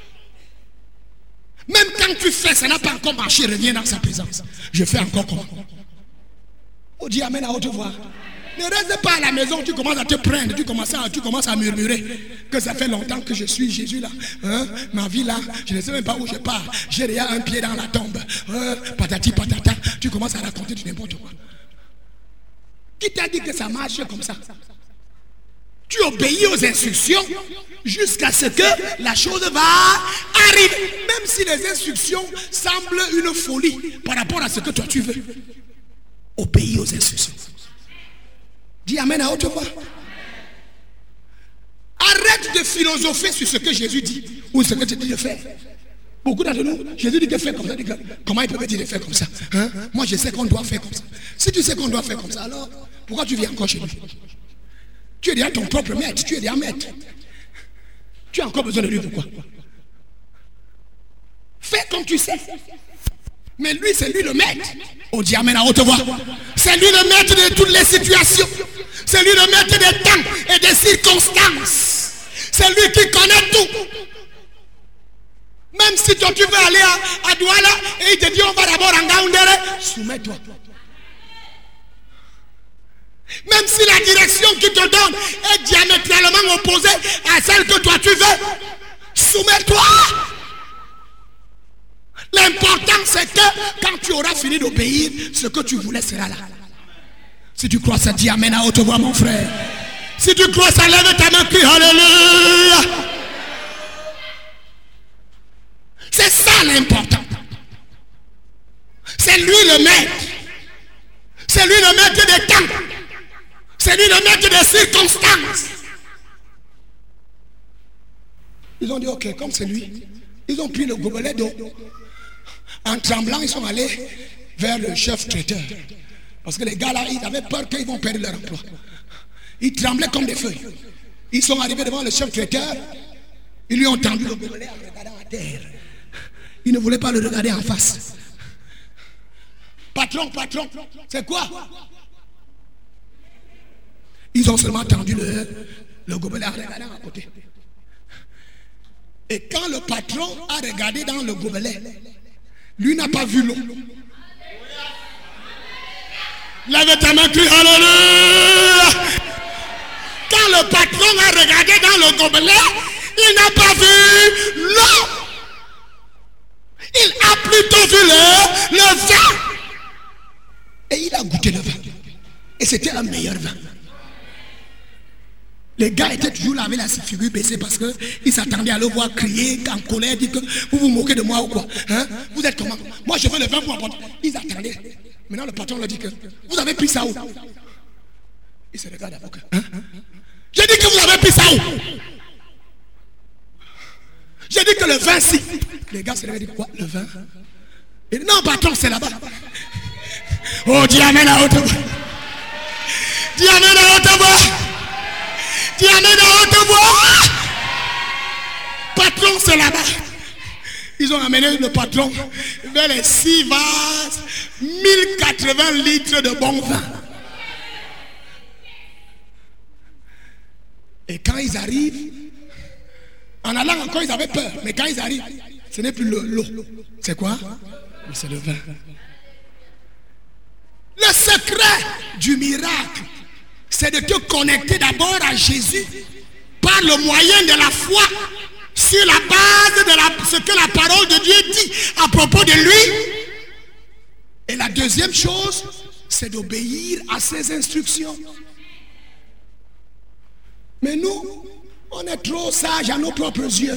Même quand tu fais, ça n'a pas encore marché, reviens dans sa présence. Je fais encore comment? On dit amen à haute voix. Ne reste pas à la maison, tu commences à te prendre, tu commences à murmurer que ça fait longtemps que je suis Jésus là. Ma vie là, je ne sais même pas où je pars. J'ai déjà un pied dans la tombe. Patati patata, tu commences à raconter du n'importe quoi. Qui t'a dit que ça marche comme ça? Tu obéis aux instructions jusqu'à ce que la chose va arriver. Même si les instructions semblent une folie par rapport à ce que toi tu veux. Obéis aux instructions. Dis amen à haute voix. Arrête de philosopher sur ce que Jésus dit ou ce que tu dis de faire. Beaucoup d'entre nous, Jésus dit de faire comme ça. Comment il peut me dire de faire comme ça? Moi je sais qu'on doit faire comme ça. Si tu sais qu'on doit faire comme ça, alors pourquoi tu viens encore chez lui? Tu es déjà ton propre maître, tu es déjà maître. Tu as encore besoin de lui, pourquoi? Fais comme tu sais. Mais lui, c'est lui le maître. On dit amen à haute voix. C'est lui le maître de toutes les situations. C'est lui le maître des temps et des circonstances. C'est lui qui connaît tout. Même si toi tu veux aller à Douala et il te dit on va d'abord en Gaoundéré, soumets-toi. Même si la direction qu'il te donne est diamétralement opposée à celle que toi tu veux, soumets-toi. L'important c'est que quand tu auras fini d'obéir, ce que tu voulais sera là. Si tu crois ça, dis amen à haute voix mon frère. Si tu crois ça, lève ta main, crie alléluia. C'est ça l'important. C'est lui le maître. C'est lui le maître des temps. C'est lui le maître des circonstances. Ils ont dit ok, comme c'est lui. Ils ont pris le gobelet d'eau. En tremblant, ils sont allés vers le chef traiteur. Parce que les gars là, ils avaient peur qu'ils vont perdre leur emploi. Ils tremblaient comme des feuilles. Ils sont arrivés devant le chef traiteur. Ils lui ont tendu le gobelet en regardant à terre. Ils ne voulaient pas le regarder en face. Patron, c'est quoi? Ils ont seulement tendu le gobelet en regardant à côté. Et quand le patron a regardé dans le gobelet, lui n'a pas vu l'eau. Lève ta main, crie alléluia. Quand le patron a regardé dans le gobelet, il n'a pas vu l'eau. Il a plutôt vu le vin. Et il a goûté le vin. Et c'était un meilleur vin. Les gars étaient toujours là avec la figure baissée parce qu'ils s'attendaient à le voir crier en colère, dire que vous vous moquez de moi ou quoi, hein? Vous êtes comment? Moi je veux le vin pour apporter. Ils attendaient. Maintenant le patron leur dit que vous avez pris ça où? Il se regarde d'abord. Hein? J'ai dit que vous avez pris ça où? J'ai dit que le vin si. Les gars se regardent, disent quoi? Le vin? Et non patron, c'est là-bas. Oh, dis amen à haute voix. Dis amen à haute voix. Dis amen à haute voix. Patron, c'est là-bas. Ils ont amené le patron vers les 6 vases, 1080 litres de bon vin. Et quand ils arrivent, en allant encore, ils avaient peur. Mais quand ils arrivent, ce n'est plus l'eau. C'est quoi? C'est le vin. Le secret du miracle, c'est de te connecter d'abord à Jésus par le moyen de la foi sur la base de ce que la parole de Dieu dit à propos de lui. Et la deuxième chose, c'est d'obéir à ses instructions. Mais nous, on est trop sages à nos propres yeux.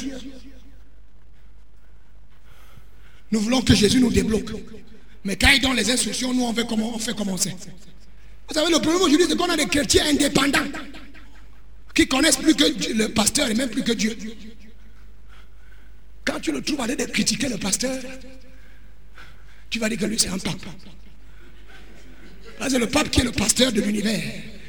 Nous voulons que Jésus nous débloque. Mais quand il donne les instructions, nous on fait comment on sait. Vous savez, le problème aujourd'hui, c'est qu'on a des chrétiens indépendants qui connaissent plus que le pasteur et même plus que Dieu. Quand tu le trouves aller de critiquer le pasteur, tu vas dire que lui c'est un pape. C'est le pape qui est le pasteur de l'univers.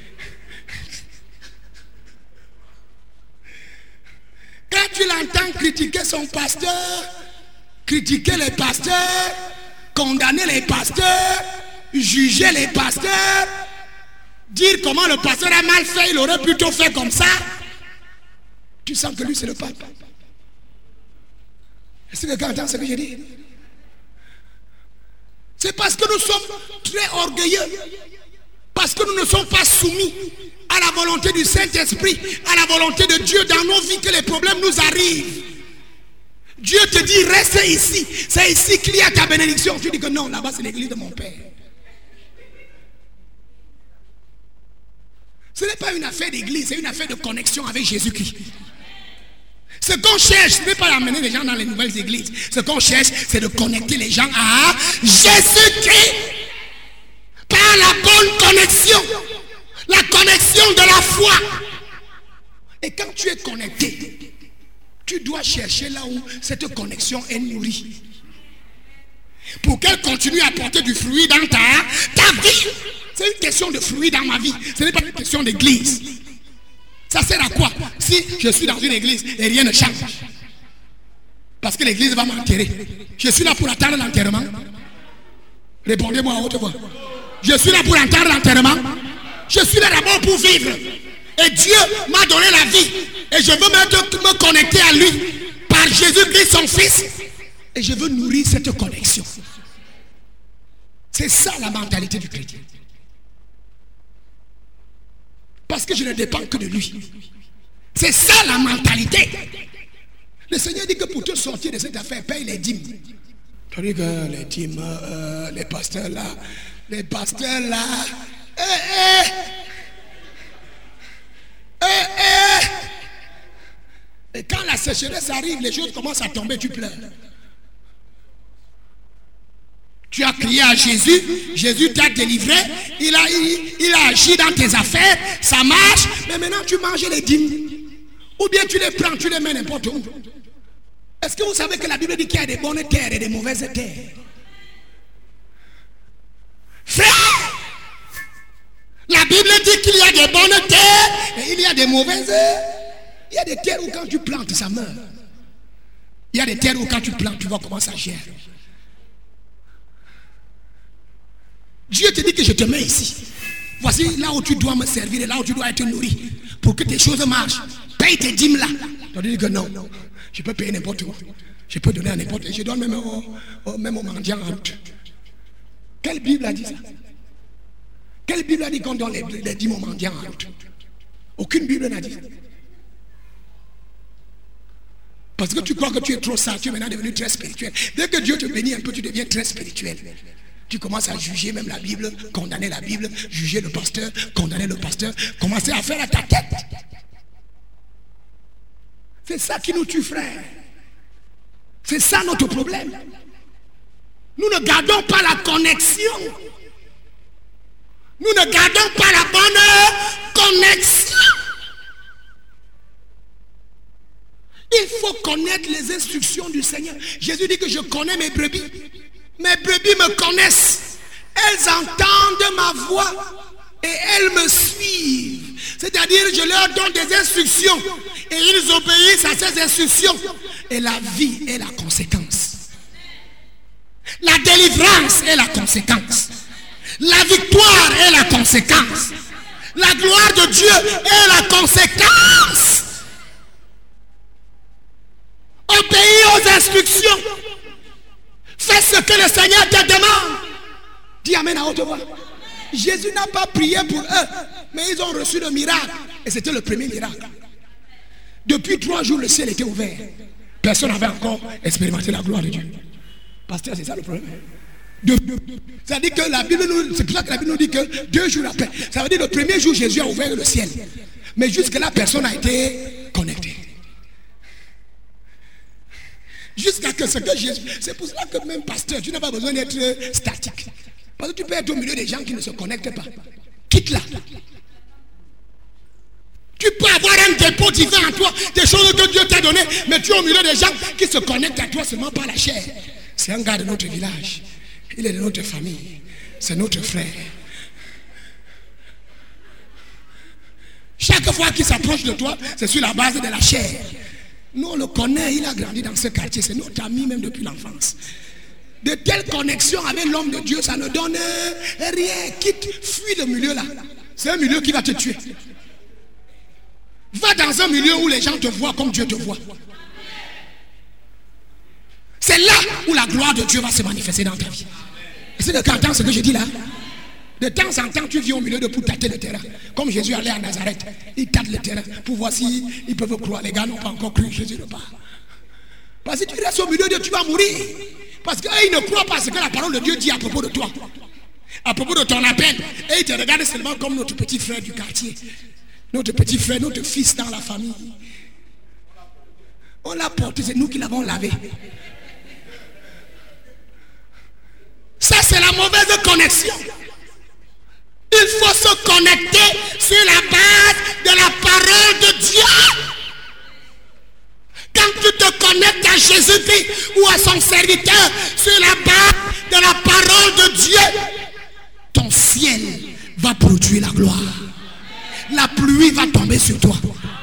Quand tu l'entends critiquer son pasteur, critiquer les pasteurs, condamner les pasteurs, juger les pasteurs, dire comment le pasteur a mal fait, il aurait plutôt fait comme ça, tu sens que lui c'est le pape. Est-ce que quelqu'un entend ce que je dis? C'est parce que nous sommes très orgueilleux, parce que nous ne sommes pas soumis à la volonté du Saint-Esprit, à la volonté de Dieu dans nos vies que les problèmes nous arrivent. Dieu te dit reste ici, c'est ici qu'il y a ta bénédiction. Tu dis que non, là-bas c'est l'église de mon père. Ce n'est pas une affaire d'église, c'est une affaire de connexion avec Jésus-Christ. Ce qu'on cherche, ce n'est pas d'amener les gens dans les nouvelles églises. Ce qu'on cherche, c'est de connecter les gens à Jésus-Christ par la bonne connexion, la connexion de la foi. Et quand tu es connecté, tu dois chercher là où cette connexion est nourrie, pour qu'elle continue à porter du fruit dans ta vie. C'est une question de fruit dans ma vie, ce n'est pas une question d'église. Ça sert à quoi si je suis dans une église et rien ne change? Parce que l'église va m'enterrer. Je suis là pour attendre l'enterrement. Répondez-moi à haute voix. Je suis là pour entendre l'enterrement. Je suis là d'abord pour vivre. Et Dieu m'a donné la vie. Et je veux me connecter à lui par Jésus-Christ son Fils. Et je veux nourrir cette connexion. C'est ça la mentalité du chrétien. Parce que je ne dépends que de lui. C'est ça la mentalité. Le Seigneur dit que pour te sortir de cette affaire, paye les dîmes. Tandis que les dîmes, les pasteurs là, Et quand la sécheresse arrive, les choses commencent à tomber, tu pleures. Tu as crié à Jésus, Jésus t'a délivré, il a agi dans tes affaires, ça marche, mais maintenant tu manges les dîmes. Ou bien tu les prends, tu les mets n'importe où. Est-ce que vous savez que la Bible dit qu'il y a des bonnes terres et des mauvaises terres? Frère, la Bible dit qu'il y a des bonnes terres et il y a des mauvaises. Il y a des terres où quand tu plantes, ça meurt. Il y a des terres où quand tu plantes, tu vois comment ça gère. Dieu te dit que je te mets ici. Voici là où tu dois me servir et là où tu dois être nourri. Pour que tes choses marchent. Paye tes dîmes là. Tu dis que non. Je peux payer n'importe où. Je peux donner à n'importe où. Je donne même au mendiant en route. Quelle Bible a dit ça? Quelle Bible a dit qu'on donne les dîmes aux mendiants en route? Aucune Bible n'a dit ça. Parce que tu crois que tu es trop sage, tu es maintenant devenu très spirituel. Dès que Dieu te bénit un peu, tu deviens très spirituel. Tu commences à juger même la Bible, condamner la Bible, juger le pasteur, condamner le pasteur, commencer à faire à ta tête. C'est ça qui nous tue, frère. C'est ça notre problème. Nous ne gardons pas la connexion. Nous ne gardons pas la bonne connexion. Il faut connaître les instructions du Seigneur. Jésus dit que je connais mes brebis. Mes brebis me connaissent. Elles entendent ma voix et elles me suivent. C'est-à-dire, je leur donne des instructions et ils obéissent à ces instructions. Et la vie est la conséquence. La délivrance est la conséquence. La victoire est la conséquence. La gloire de Dieu est la conséquence. Obéis aux instructions. Fais ce que le Seigneur te demande. Dis amen à haute voix. Jésus n'a pas prié pour eux, mais ils ont reçu le miracle. Et c'était le premier miracle. Depuis 3 jours, le ciel était ouvert. Personne n'avait encore expérimenté la gloire de Dieu. Pasteur, c'est ça le problème. Ça veut dire que la Bible nous, c'est pour ça que la Bible nous dit que 2 jours après, ça veut dire le premier jour, Jésus a ouvert le ciel. Mais jusque-là, personne n'a été connecté. Jusqu'à ce que Jésus... C'est pour cela que même pasteur, tu n'as pas besoin d'être statique. Parce que tu peux être au milieu des gens qui ne se connectent pas. Quitte-la. Tu peux avoir un dépôt divin en toi, des choses que Dieu t'a données, mais tu es au milieu des gens qui se connectent à toi seulement par la chair. C'est un gars de notre village. Il est de notre famille. C'est notre frère. Chaque fois qu'il s'approche de toi, c'est sur la base de la chair. Nous, on le connaît, il a grandi dans ce quartier. C'est notre ami même depuis l'enfance. De telles connexions avec l'homme de Dieu, ça ne donne rien. Quitte, fuis le milieu là. C'est un milieu qui va te tuer. Va dans un milieu où les gens te voient comme Dieu te voit. C'est là où la gloire de Dieu va se manifester dans ta vie. Est-ce que tu entends ce que je dis là? De temps en temps, tu viens au milieu pour tâter le terrain. Comme Jésus allait à Nazareth, il tâte le terrain pour voir s'ils peuvent croire. Les gars n'ont pas encore cru, Jésus ne part. Parce que si tu restes au milieu de Dieu, tu vas mourir. Parce qu'ils ne croient pas ce que la parole de Dieu dit à propos de toi. À propos de ton appel. Et ils te regardent seulement comme notre petit frère du quartier. Notre petit frère, notre fils dans la famille. On l'a porté, c'est nous qui l'avons lavé. Ça, c'est la mauvaise connexion. Il faut se connecter sur la base de la parole de Dieu. Quand tu te connectes à Jésus-Christ ou à son serviteur sur la base de la parole de Dieu, ton ciel va produire la gloire. La pluie va tomber sur toi.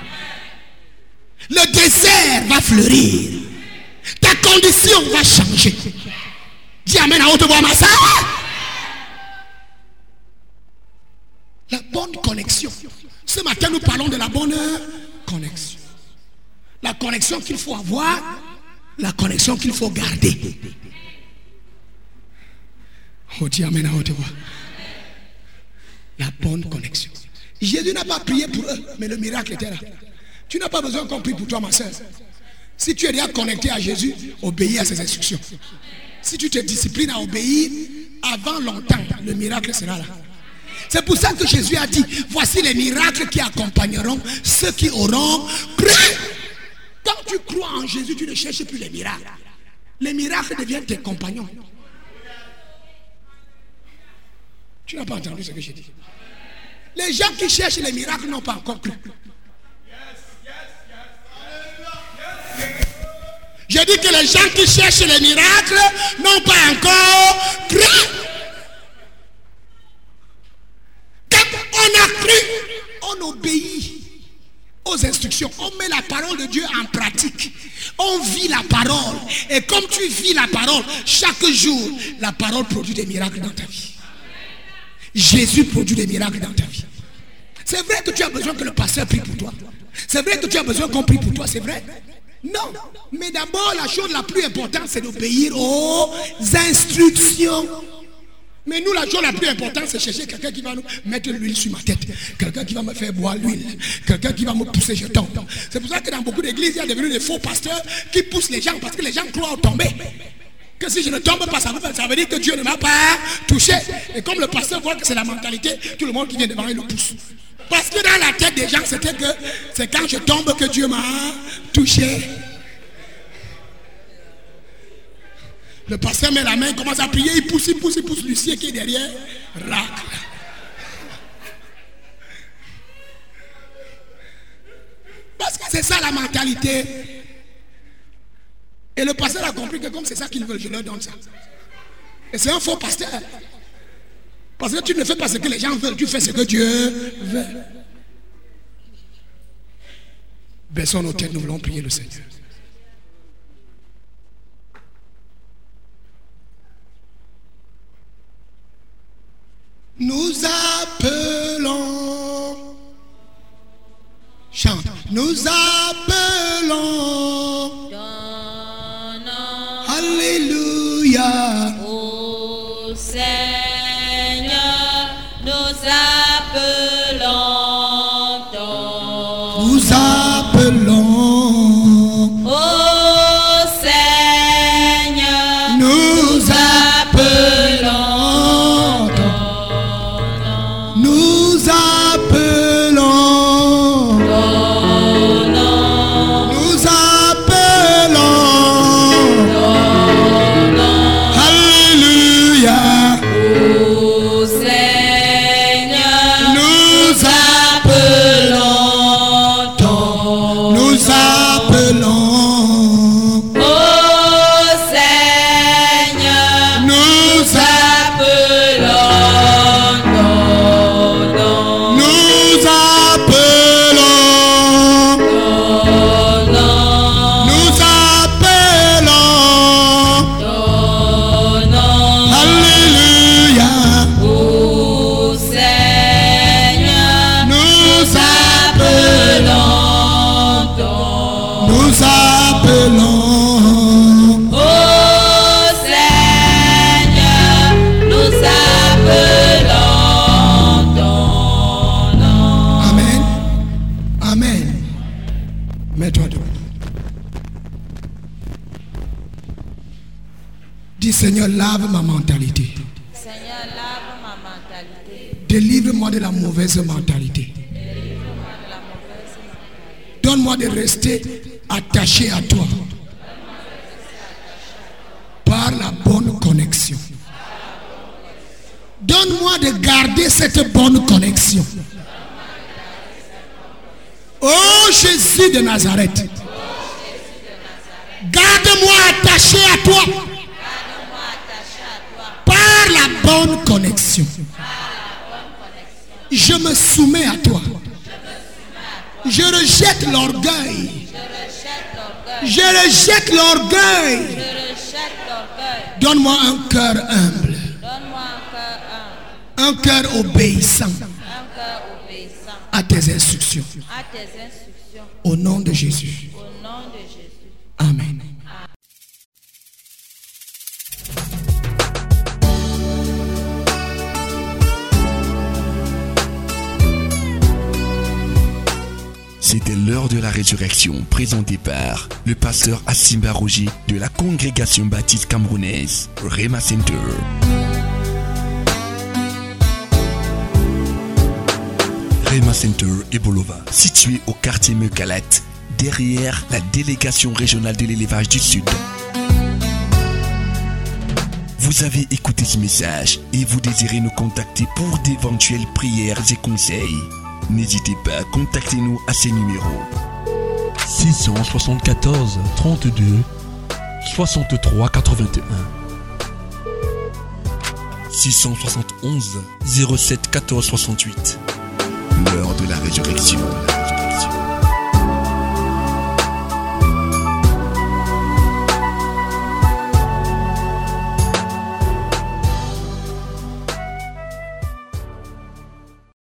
Le désert va fleurir. Ta condition va changer. Dis amen à haute voix, ma soeur. nous parlons de la bonne connexion. La connexion qu'il faut avoir, la connexion qu'il faut garder. Oh, dis amen à haute voix. La bonne connexion. Jésus n'a pas prié pour eux, mais le miracle était là. Tu n'as pas besoin qu'on prie pour toi, ma soeur. Si tu es déjà connecté à Jésus, obéis à ses instructions. Si tu te disciplines à obéir, avant longtemps, le miracle sera là. C'est pour ça que Jésus a dit, voici les miracles qui accompagneront ceux qui auront cru. Quand tu crois en Jésus, tu ne cherches plus les miracles. Les miracles deviennent tes compagnons. Tu n'as pas entendu ce que j'ai dit. Les gens qui cherchent les miracles n'ont pas encore cru. Je dis que les gens qui cherchent les miracles n'ont pas encore cru. Quand on a cru, on obéit aux instructions. On met la parole de Dieu en pratique. On vit la parole. Et comme tu vis la parole, chaque jour, la parole produit des miracles dans ta vie. Jésus produit des miracles dans ta vie. C'est vrai que tu as besoin que le pasteur prie pour toi. C'est vrai que tu as besoin qu'on prie pour toi, c'est vrai. Non, mais d'abord la chose la plus importante c'est d'obéir aux instructions. Mais nous la chose la plus importante c'est chercher quelqu'un qui va nous mettre l'huile sur ma tête. Quelqu'un qui va me faire boire l'huile. Quelqu'un qui va me pousser, je tombe. C'est pour ça que dans beaucoup d'églises il y a devenu des faux pasteurs qui poussent les gens parce que les gens croient au tomber. Que si je ne tombe pas, ça veut dire que Dieu ne m'a pas touché. Et comme le pasteur voit que c'est la mentalité, tout le monde qui vient devant il le pousse. Parce que dans la tête des gens, c'était que c'est quand je tombe que Dieu m'a touché. Le pasteur met la main, il commence à prier, il pousse Lucien qui est derrière. Rac. Parce que c'est ça la mentalité. Et le pasteur a compris que comme c'est ça qu'ils veulent, je leur donne ça. Et c'est un faux pasteur. Parce que tu ne fais pas ce que les gens veulent, tu fais ce que Dieu veut. Baissons nos têtes, nous voulons prier le Seigneur. Nous appelons, chante, nous appelons, alléluia, ô Seigneur, nous appelons ton nous appelons, ô Seigneur, nous appelons, nous appelons, nous appelons, alléluia, ô Seigneur, nous appelons, nous appelons, ô Seigneur, nous appelons ton nom. nous appelons, nous appelons, alléluia, Ô Seigneur, nous appelons ton nous appelons, Ô Seigneur, nous appelons ton nom. amen, amen. Mets-toi debout. Dis Seigneur, lave ma mentalité. Seigneur, lave ma mentalité. Délivre-moi de la mauvaise mentalité. Délivre-moi de la mauvaise mentalité. Donne-moi de rester attaché à toi par la bonne connexion. Donne-moi de garder cette bonne connexion. Oh Jésus de Nazareth, garde-moi attaché à toi Garde-moi attaché à toi par la bonne connexion. par la bonne connexion. Je me soumets à toi. Je rejette l'orgueil. Je rejette l'orgueil. Je rejette l'orgueil. Je rejette l'orgueil. Donne-moi un cœur humble, Donne-moi un cœur humble, un cœur obéissant un cœur obéissant, à tes instructions. Au nom de Jésus. Amen. C'était l'heure de la résurrection, présenté par le pasteur Assimba Roger de la congrégation baptiste camerounaise, Rema Center. Rema Center Ebolova, situé au quartier Mekalat, derrière la délégation régionale de l'élevage du Sud. Vous avez écouté ce message et vous désirez nous contacter pour d'éventuelles prières et conseils. N'hésitez pas à contacter nous à ces numéros 674 32 63 81 671 07 14 68. L'heure de la résurrection.